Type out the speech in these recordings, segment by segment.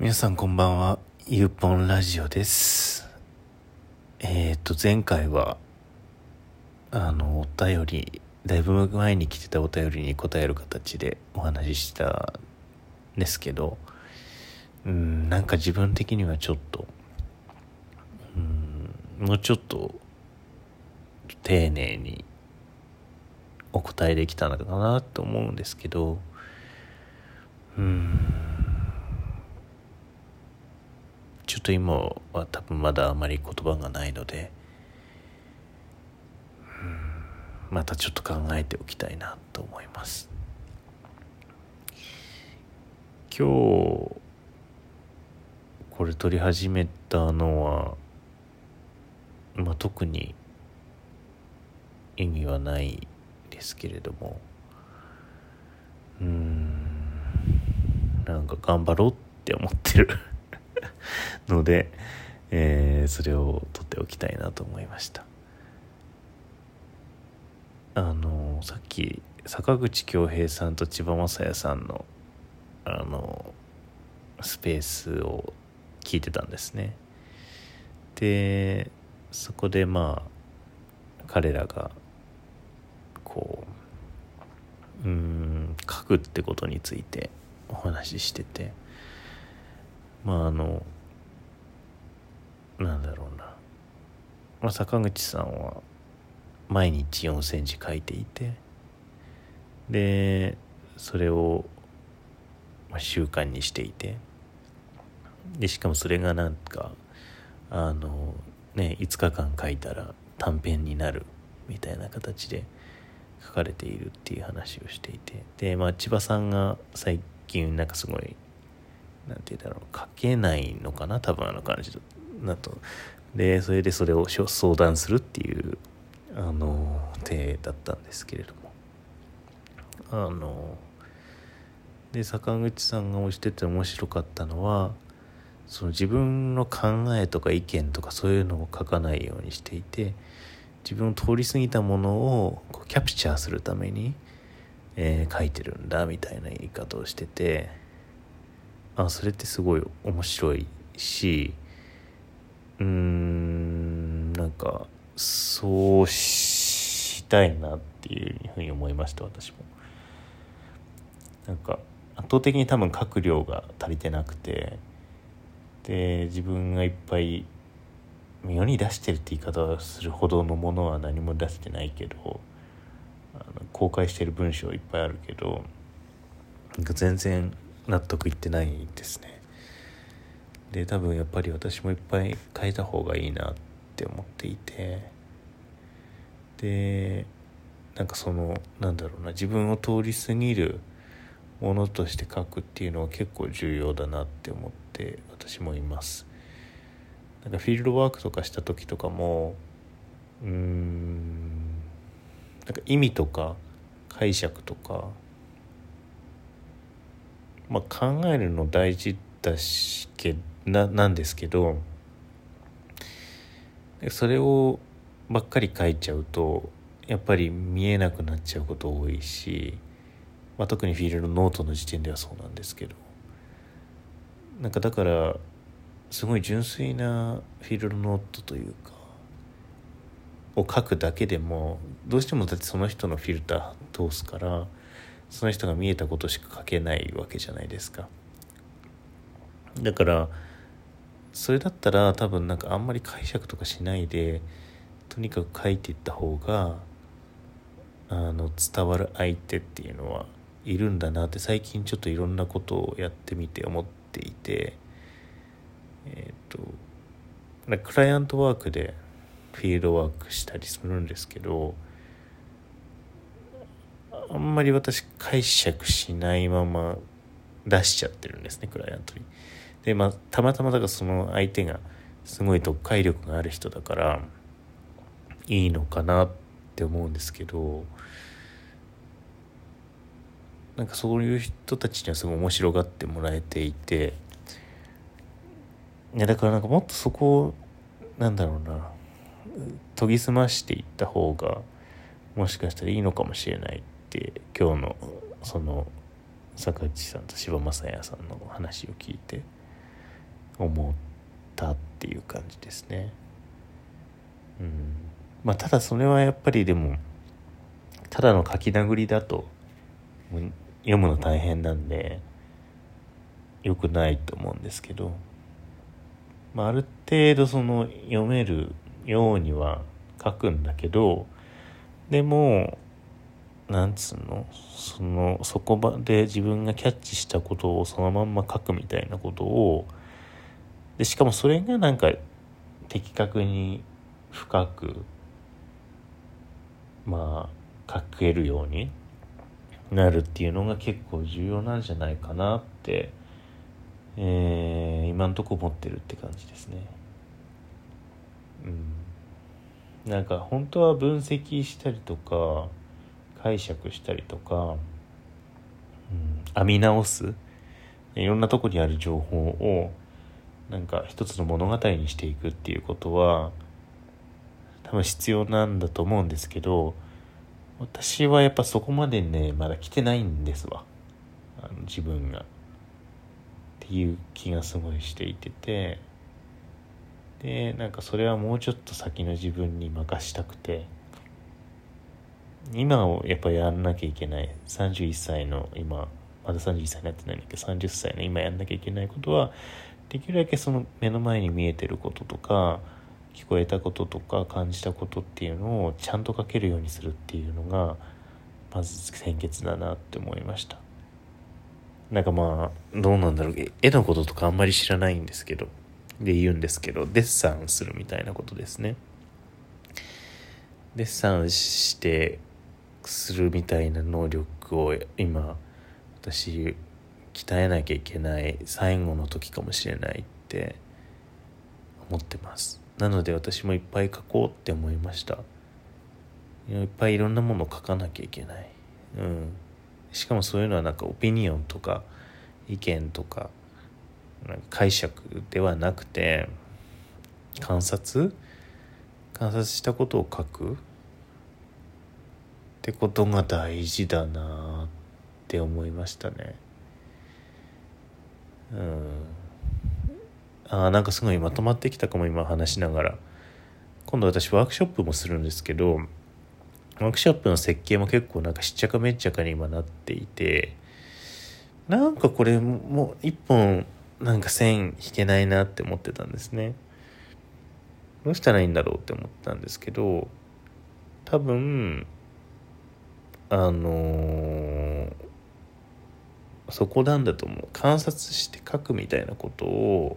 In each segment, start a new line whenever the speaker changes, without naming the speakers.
皆さんこんばんは。ゆうぽんラジオです。前回はお便り、だいぶ前に来てたお便りに答える形でお話ししたんですけど、なんか自分的にはちょっともうちょっと丁寧にお答えできたのかなと思うんですけど、ちょっと今は多分まだあまり言葉がないので、またちょっと考えておきたいなと思います。今日これ撮り始めたのは、特に意味はないですけれども、なんか頑張ろうって思ってるので、それを撮っておきたいなと思いました。さっき坂口恭平さんと千葉雅也さんのスペースを聞いてたんですね。でそこで彼らがこう書くってことについてお話ししてて、なんだろうな、坂口さんは毎日4センチ書いていて、でそれを習慣にしていて、でしかもそれがなんか5日間書いたら短編になるみたいな形で書かれているっていう話をしていて、で千葉さんが最近なんかすごいなんて言うんだろう、書けないのかな、多分感じだと、でそれでそれを相談するっていう手だったんですけれども、で坂口さんが推してて面白かったのは、その自分の考えとか意見とかそういうのを書かないようにしていて、自分を通り過ぎたものをこうキャプチャーするために、書いてるんだみたいな言い方をしてて、それってすごい面白いし、なんかそうしたいなっていうふうに思いました。私もなんか圧倒的に多分書く量が足りてなくて、で自分がいっぱい世に出してるって言い方をするほどのものは何も出してないけど、公開してる文章いっぱいあるけど、なんか全然納得いってないですね。で多分やっぱり私もいっぱい書いた方がいいなって思っていて、でなんか自分を通り過ぎるものとして書くっていうのは結構重要だなって思って私もいます。なんかフィールドワークとかした時とかもなんか意味とか解釈とか、考えるの大事だしなんですけど、それをばっかり書いちゃうとやっぱり見えなくなっちゃうこと多いし、特にフィールドノートの時点ではそうなんですけど、なんかだからすごい純粋なフィールドノートというかを書くだけでも、どうしてもだってその人のフィルター通すから、その人が見えたことしか書けないわけじゃないですか。だからそれだったら多分なんかあんまり解釈とかしないで、とにかく書いていった方が伝わる相手っていうのはいるんだなって最近ちょっといろんなことをやってみて思っていて、クライアントワークでフィールドワークしたりするんですけど、あんまり私解釈しないまま出しちゃってるんですね、クライアントに。でたまたまだからその相手がすごい読解力がある人だからいいのかなって思うんですけど、なんかそういう人たちにはすごい面白がってもらえていて、だからなんかもっとそこを研ぎ澄ましていった方がもしかしたらいいのかもしれないって今日のその坂内さんと柴雅也さんの話を聞いて思ったっていう感じですね。まあただそれはやっぱりでもただの書き殴りだと読むの大変なんで良くないと思うんですけど、まあ、ある程度その読めるようには書くんだけど、でもなんつうの、そこ場で自分がキャッチしたことをそのまんま書くみたいなことをで、しかもそれがなんか的確に深くまあ書けるようになるっていうのが結構重要なんじゃないかなって、今んとこ思ってるって感じですね。なんか本当は分析したりとか解釈したりとか、編み直すいろんなとこにある情報をなんか一つの物語にしていくっていうことは多分必要なんだと思うんですけど、私はやっぱそこまでねまだ来てないんですわ、自分がっていう気がすごいしていて、でなんかそれはもうちょっと先の自分に任したくて、今をやっぱやんなきゃいけない31歳の今まだ31歳になってないんだけど30歳の今やんなきゃいけないことはできるだけその目の前に見えてることとか聞こえたこととか感じたことっていうのをちゃんと書けるようにするっていうのがまず先決だなって思いました。なんかまあどうなんだろう、絵のこととかあんまり知らないんですけどで言うんですけど、デッサンするみたいなことですね。デッサンしてするみたいな能力を今私鍛えなきゃいけない最後の時かもしれないって思ってます。なので私もいっぱい書こうって思いました。いっぱいいろんなものを書かなきゃいけない。しかもそういうのはなんかオピニオンとか意見とかなんか解釈ではなくて観察したことを書くってことが大事だなって思いましたね。なんかすごいまとまってきたかも今話しながら。今度私ワークショップもするんですけど、ワークショップの設計も結構なんかしっちゃかめっちゃかに今なっていて、なんかこれもう一本なんか線引けないなって思ってたんですね。どうしたらいいんだろうって思ったんですけど、多分そこなんだと思う。観察して書くみたいなことを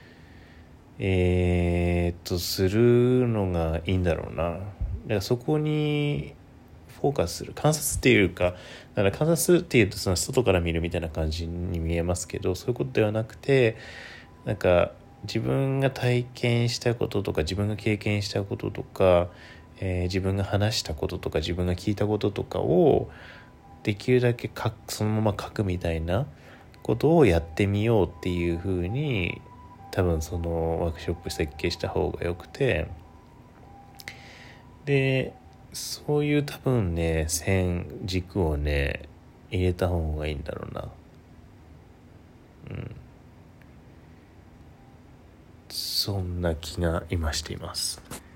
するのがいいんだろうな。だからそこにフォーカスする、観察っていうか、だから観察っていうとその外から見るみたいな感じに見えますけど、そういうことではなくて、なんか自分が体験したこととか自分が経験したこととか、自分が話したこととか自分が聞いたこととかをできるだけそのまま書くみたいなことをやってみようっていうふうに多分そのワークショップ設計した方がよくて、でそういう多分ね軸をね入れた方がいいんだろうな。そんな気が今しています。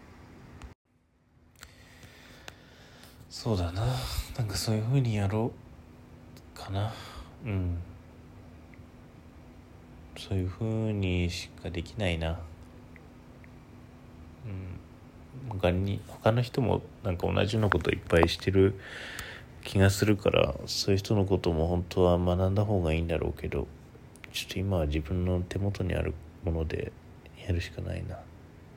そうだな、なんかそういう風にやろうかな。そういう風にしかできないな。他の人もなんか同じようなこといっぱいしてる気がするから、そういう人のことも本当は学んだ方がいいんだろうけど、ちょっと今は自分の手元にあるものでやるしかないな。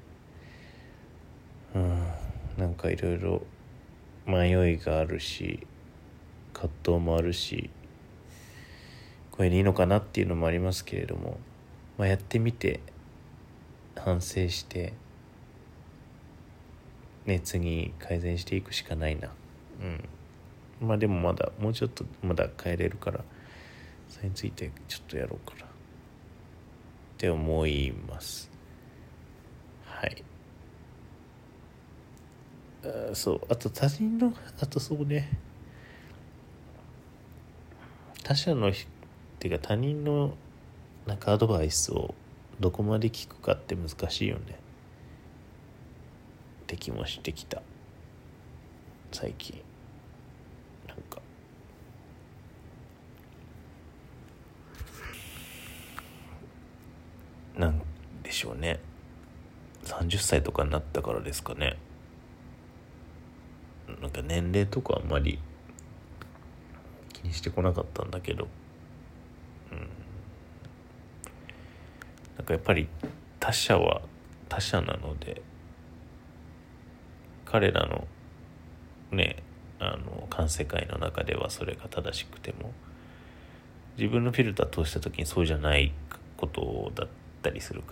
なんかいろいろ迷いがあるし葛藤もあるし、これでいいのかなっていうのもありますけれども、やってみて反省してね、次改善していくしかないな。でもまだもうちょっとまだ変えれるから、それについてちょっとやろうかなって思います。はい。そうあとそうね、他者のっていうか他人のなんかアドバイスをどこまで効くかって難しいよねって気もしてきた最近。なんかなんでしょうね、30歳とかになったからですかね。なんか年齢とかあんまり気にしてこなかったんだけど、なんかやっぱり他者は他者なので、彼らのね環世界の中ではそれが正しくても、自分のフィルター通した時にそうじゃないことだったりするから、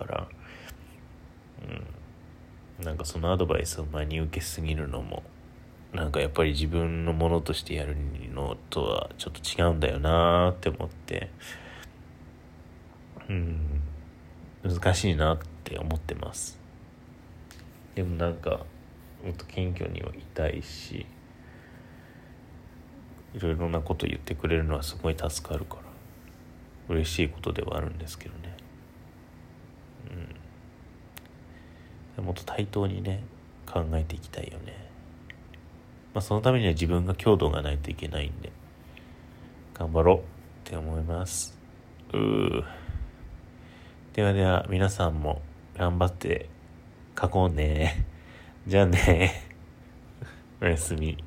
なんかそのアドバイスを真に受けすぎるのもなんかやっぱり自分のものとしてやるのとはちょっと違うんだよなーって思って、難しいなって思ってます。でもなんかもっと謙虚にはいたいし、いろいろなこと言ってくれるのはすごい助かるから嬉しいことではあるんですけどね。もっと対等にね考えていきたいよね。そのためには自分が強度がないといけないんで頑張ろうって思います。ではでは皆さんも頑張って書こうね。じゃあねおやすみ。